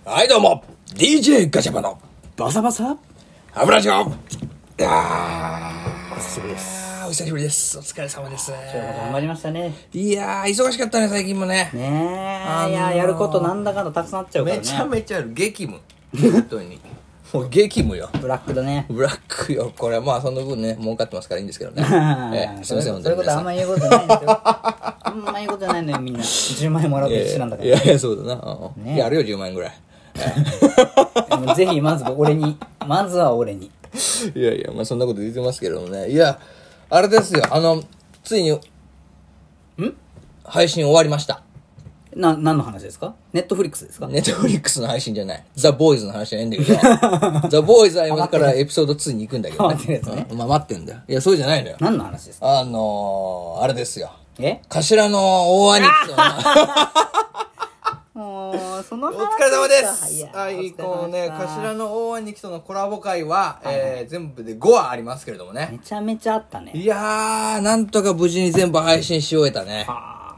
はいどうも DJ ガチャバのバサバサハブラジオ。 お久しぶりです。 お久しぶりです。お疲れ様です。 今日も頑張りましたね。 いやー忙しかったね最近もね。 ねえ、いややることなんだかんだたくさんあっちゃうからね。 めちゃめちゃある。激務本当にもう激務よ。 ブラックだね。 ブラックよ。これはまあその分ね儲かってますからいいんですけどね。すいません本当に。 そういうことあんま言うことないんですよ。あんま言うことないのよみんな。10万円もらうと一緒なんだから。 いやそうだな。 ねやるよ10万円ぐらい。 ぜひまず俺に、まずは俺に。 いやいやまあそんなこと言ってますけどもね。いやあれですよ。ついに配信終わりました。 何の話ですか？ネットフリックスですか？ ネットフリックスの配信じゃない。ザ・ボーイズの話じゃないんだけど。ザ・ボーイズは今からエピソード2に行くんだけどね。 待ってるやつね。 まあ待ってんだよ。いや、そうじゃないのよ。 何の話ですか？ あれですよ。 頭の大兄貴と。 もう、その話お疲れ様です。 はい、 このね、頭の大兄貴とのコラボ会は、全部で5話ありますけれどもね。 めちゃめちゃあったね。 いやー、なんとか無事に全部配信し終えたね。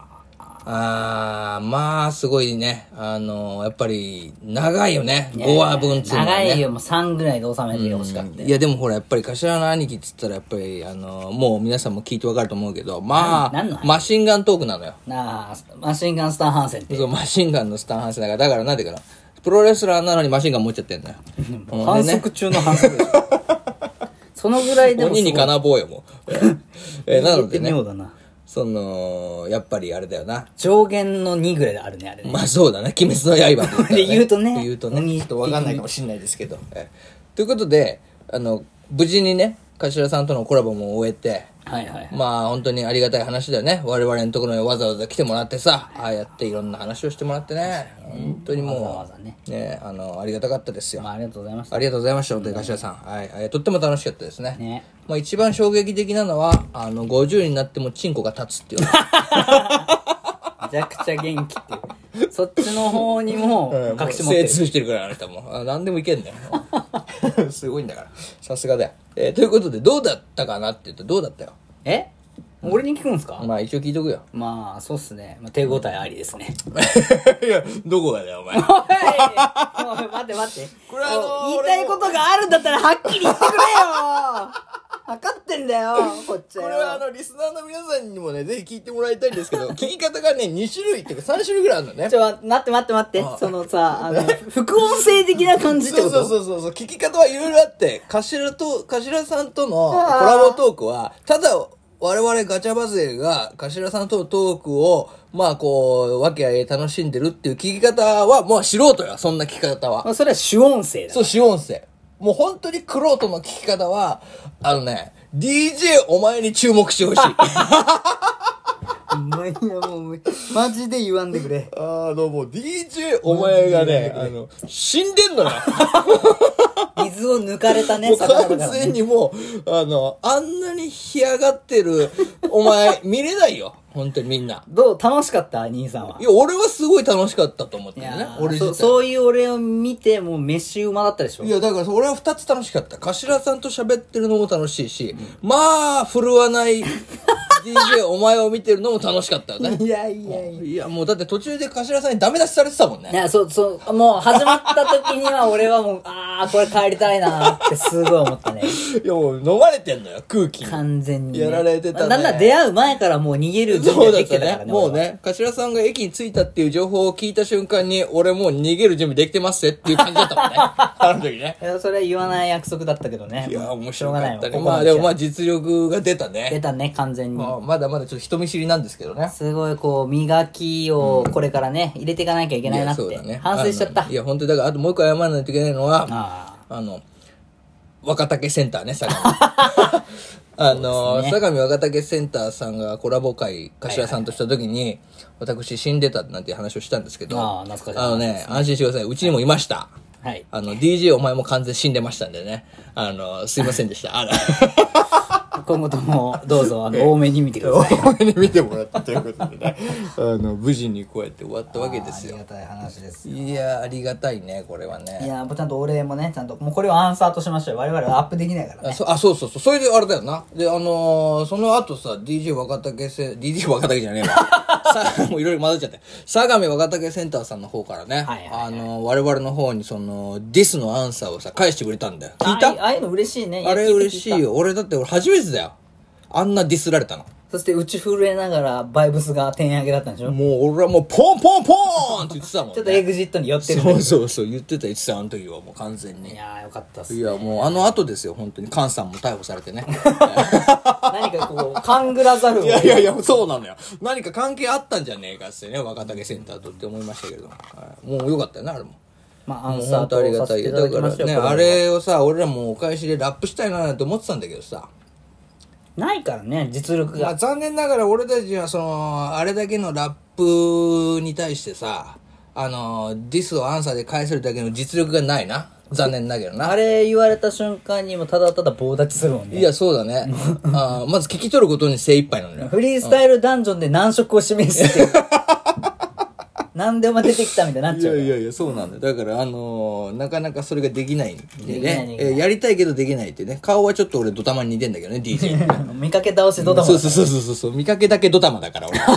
まあ、すごいね。やっぱり、長いよね。5話分つうのはね。 長いよ、もう3ぐらいで収めてほしかった。 いや、でもほら、やっぱり頭の兄貴って言ったら、やっぱり、もう皆さんも聞いてわかると思うけど、まあ、マシンガントークなのよ。 マシンガンスタンハンセンって。 そう、マシンガンのスタンハンセンだから、だからなんていうかな。プロレスラーなのにマシンガン持っちゃってんのよ。 反則中の反則でしょ。そのぐらいでも鬼にかなぼうよ、もう。なのでね。やっぱりあれだよな。 上限の2ぐらいあるね、あれね。 まあそうだね。鬼滅の刃って言うとね。 ちょっとわかんないかもしれないですけど。ということで、無事にね、頭さんとのコラボも終えて、まあ本当にありがたい話だよね。我々のところにわざわざ来てもらってさ、ああやっていろんな話をしてもらってね。本当にもう、 わざわざね、 ありがたかったですよ。 ありがとうございました。 ありがとうございました、本当に頭さん。はい。とっても楽しかったですね。まあ一番衝撃的なのは、50になってもチンコが立つっていう。 めちゃくちゃ元気っていう。そっちの方にも隠し持ってる。 精通してるからあなたも。何でもいけんだよ。すごいんだから。さすがだよ。ということで、どうだったかなって言うとどうだったよ。 俺に聞くんすか？ まあ一応聞いとくよ。 まあそうっすね。手応えありですね。 いや、どこがだよお前。おい待って。これ言いたいことがあるんだったらはっきり言ってくれよ。分かってんだよ、こっちは。 これはリスナーの皆さんにもね、ぜひ聞いてもらいたいんですけど、聞き方がね、2種類っていうか3種類ぐらいあるのね。 待って。そのさ、副音声的な感じってこと？ そう。聞き方はいろいろあって、頭さんとのコラボトークは、ただ、我々ガチャバ勢が頭さんとのトークを、まあこう、和気あいあい楽しんでるっていう聞き方は、もう素人よ、そんな聞き方は。 それは主音声だ。 そう、主音声。もう本当に玄人の聞き方は、DJ お前に注目してほしい。 もう、マジで言わんでくれ。 もう DJ お前がね、死んでんのよ。 水を抜かれたね、 もう完全にもう、あんなに干上がってる、お前、見れないよ。本当にみんな。 どう楽しかった兄さんは。 いや、俺はすごい楽しかったと思ってね。 そういう俺を見て、もう飯うまだったでしょ。 いや、だから俺は2つ楽しかった。頭さんと喋ってるのも楽しいし、まあ、振るわない DJ お前を見てるのも楽しかったよね。 いや、もうだって途中で頭さんにダメ出しされてたもんね。 いや、そう、もう始まった時には俺はもう、これ帰りたいなってすごい思ったね。 いや、もう飲まれてんのよ、空気に。 完全に、 やられてたね。 なんだ、出会う前からもう逃げる準備ができてたからね。 もうね、頭さんが駅に着いたっていう情報を聞いた瞬間に、俺もう逃げる準備できてますっていう感じだったもんね。あの時ね。 いや、それは言わない約束だったけどね。 いや、面白かったね。 まあでも実力が出たね。 出たね、完全に。 まだまだちょっと人見知りなんですけどね。 すごい磨きをこれからね、入れていかなきゃいけないなって。反省しちゃった。 いや、本当にだから、あともう一回謝らないといけないのは、若竹センターね、相模。相模若竹センターさんがコラボ会、頭さんとした時に、私死んでたなんていう話をしたんですけど、 懐かしい。 安心してください。うちにもいました。DJ お前も完全死んでましたんでね。すいませんでした。 今後ともどうぞ多めに見てください。 多めに見てもらったということでね無事にこうやって終わったわけですよ。 ありがたい話です。 いやありがたいねこれはね。 いやちゃんとお礼もねちゃんともうこれをアンサーとしましょう。我々はアップできないからね。 そうそれであれだよな。でその後さ DJ 若竹じゃねえわもういろいろ混ざっちゃって。相模若竹センターさんの方からね、我々の方にその、ディスのアンサーをさ、返してくれたんだよ。聞いた？ ああいうの嬉しいね。 あれ嬉しいよ。俺初めてだよ。あんなディスられたの。 そして打ち震えながらバイブスが点上げだったんでしょ？ もう俺はもうポンポンポーンって言ってたもんね。 ちょっとエグジットに寄ってる。 そう言ってたあの時はもう完全に。 いやーよかったっすね。 いやもうあの後ですよ本当に菅さんも逮捕されてね。 何かこう勘ぐらざるを。 いやそうなのよ。何か関係あったんじゃねえかっつってね若竹センターとって思いましたけど、もうよかったよねあれも。 まあアンサーとさせていただきましたよ。 だからねあれをさ俺らもお返しでラップしたいななんて思ってたんだけどさ。 ないからね実力が。 残念ながら俺たちはそのあれだけのラップに対してさディスをアンサーで返せるだけの実力がないな。残念だけどな。 あれ言われた瞬間にもただただ棒立ちするもんね。 いやそうだね。まず聞き取ることに精一杯なのよ。 フリースタイルダンジョンで難色を示すっていう。なんでお前出てきたみたいになっちゃう。 いやそうなんだよ。だからなかなかそれができないんでね。やりたいけどできないってね。顔はちょっと俺ドタマに似てんだけどね DJ に。 見かけ倒しドタマ。 そう見かけだけドタマだから俺。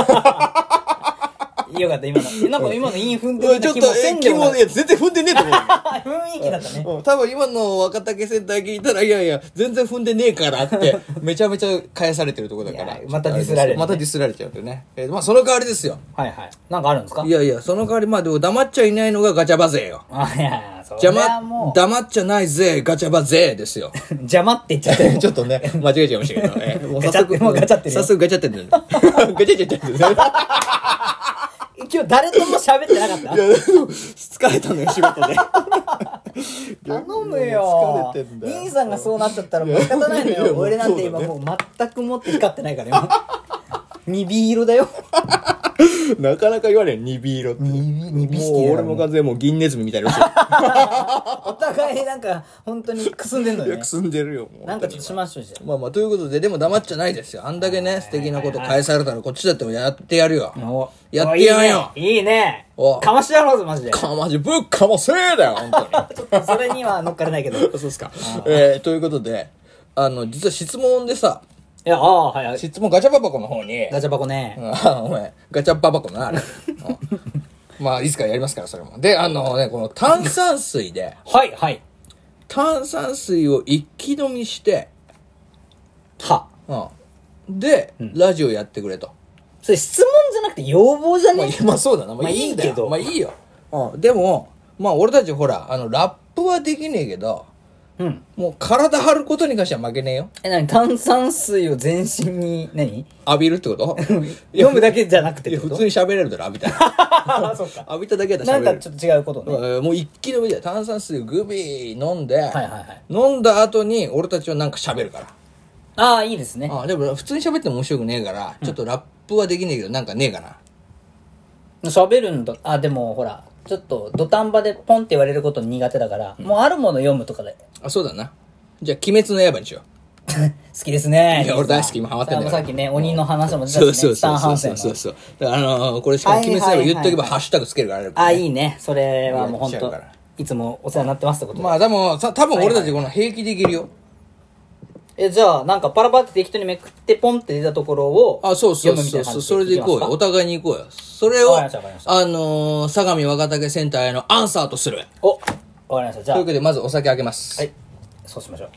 よかった今の韻踏んでるちょっと気も全然踏んでねえと思う。 雰囲気だったね。 多分今の若竹センター聞いたらいや全然踏んでねえからってめちゃめちゃ返されてるとこだから。 またディスられる。 またディスられちゃうよね。まあその代わりですよ。 はい。なんかあるんですか？ いやその代わりまあでも黙っちゃいないのがガチャバ勢よ。黙っちゃないぜガチャバ勢ですよ。 邪魔って言っちゃってちょっとね間違えちゃいましたけど。 もうガチャってる。 早速ガチャってる。ガチャってる。 今日誰とも喋ってなかった？ いや疲れたのよ仕事で。 頼むよ。 疲れてんだよ。 兄さんがそうなっちゃったらもう仕方ないのよ。俺なんて今もう全くもって光ってないからよ。ニビ色だよ。 なかなか言われんニビ色って。 ニビもう俺も完全にもう銀ネズミみたいな。 お互いなんか本当にくすんでんのよね。 くすんでるよ。 なんかちょっとしましょうじゃあ。まあということででも黙っちゃないですよ。あんだけね素敵なこと返されたらこっちだってもやってやるよ。やってやんよ。 いいね。かましてやろうぜマジで。 ぶっかませーだよ本当に。 ちょっとそれには乗っかれないけど。 そうですか。ということで実は質問でさ。 いやはい。 質問ガチャババコの方に。 ガチャバコね。 お前ガチャババコなあれ。まあいつかやりますからそれも。でこの炭酸水で。 はい。 炭酸水を一気飲みして。で、ラジオやってくれと。 それ質問じゃなくて要望じゃね？ まあそうだな。まあいいけど。まあいいよ。でも、まあ俺たちほら、ラップはできねえけど、もう体張ることに関しては負けねえよ。 炭酸水を全身に浴びるってこと飲むだけじゃなくてってこと？ 普通に喋れるだろ、浴びたら。 そうか。 浴びただけだったら喋れる。 なんかちょっと違うことね。 もう一気飲みで炭酸水をグビー飲んで、飲んだ後に俺たちはなんか喋るから。 いいですね。 でも普通に喋っても面白くねえから、ちょっとラップはできねえけどなんかねえかな。 喋るんだ。でもほら、ちょっと土壇場でポンって言われること苦手だから、もうあるもの読むとかで。 そうだな。じゃあ鬼滅の刃にしよう。 好きですね。 いや俺大好き今ハマってんだから。 さっきね鬼の話も出たしね。 そう。だからこれしかも鬼滅の刃言っとけばハッシュタグつけるからあれ。 いいね。それはもう本当いつもお世話になってますってことで。 まあでも多分俺たちこの平気でいけるよ。 じゃあなんかパラパラって適当にめくってポンって出たところを読むみたいな感じで。 それでいこうよ。お互いに行こうよ。それを相模若竹センターへのアンサーとする。 わかりました。じゃあということでまずお酒開けます。 はい。そうしましょう。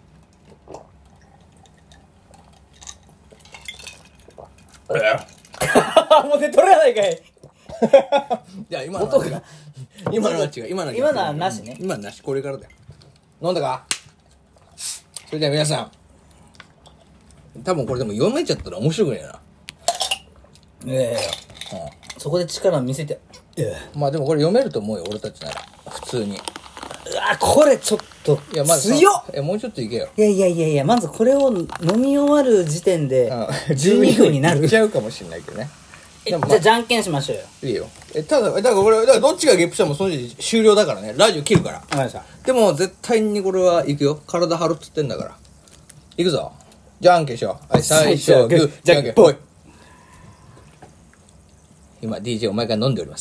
もう出とれないかい。 いや今のは違う。今のはなしね。今のなし。これからだよ。飲んだか？それでは皆さん、多分これでも読めちゃったら面白くねえな。 そこで力見せて。 まあでもこれ読めると思うよ俺たちなら普通に。 これちょっと強っ。もうちょっといけよ。 いやまずこれを飲み終わる時点で12分になる。 いっちゃうかもしれないけどね。 じゃあじゃんけんしましょうよ。 いいよ。だからどっちがゲップしたもその時終了だからね。ラジオ切るから。でも絶対にこれはいくよ。体張るっつってんだから。いくぞ。じゃんけんしよう。はい、最初はグー、じゃんけんぽい。今 DJ お前が飲んでおります。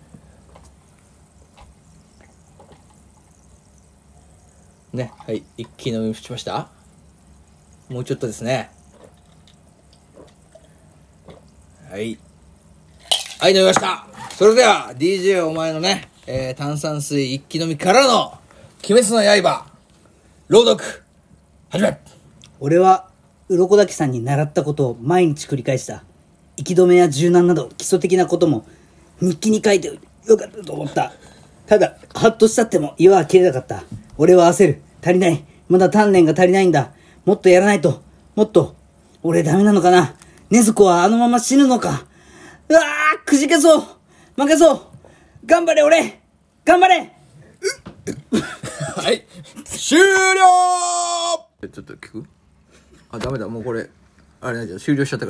ね、はい、一気飲みしました？もうちょっとですね。 はい。はい、飲みました。それでは、DJ お前のね、炭酸水一気飲みからの、鬼滅の刃、朗読、始め。 俺は、鱗滝さんに習ったことを毎日繰り返した。息止めや柔軟など基礎的なことも、日記に書いてよかったと思った。ただ、ハッとしたっても岩は切れなかった。俺は焦る。足りない。まだ鍛錬が足りないんだ。もっとやらないと。もっと。俺ダメなのかな。禰豆子はあのまま死ぬのか。うわー、くじけそう。負けそう。頑張れ俺。頑張れ。 はい。終了。ちょっと聞く？あ、ダメだ。もうこれ、あれなんじゃ、終了しちゃったから。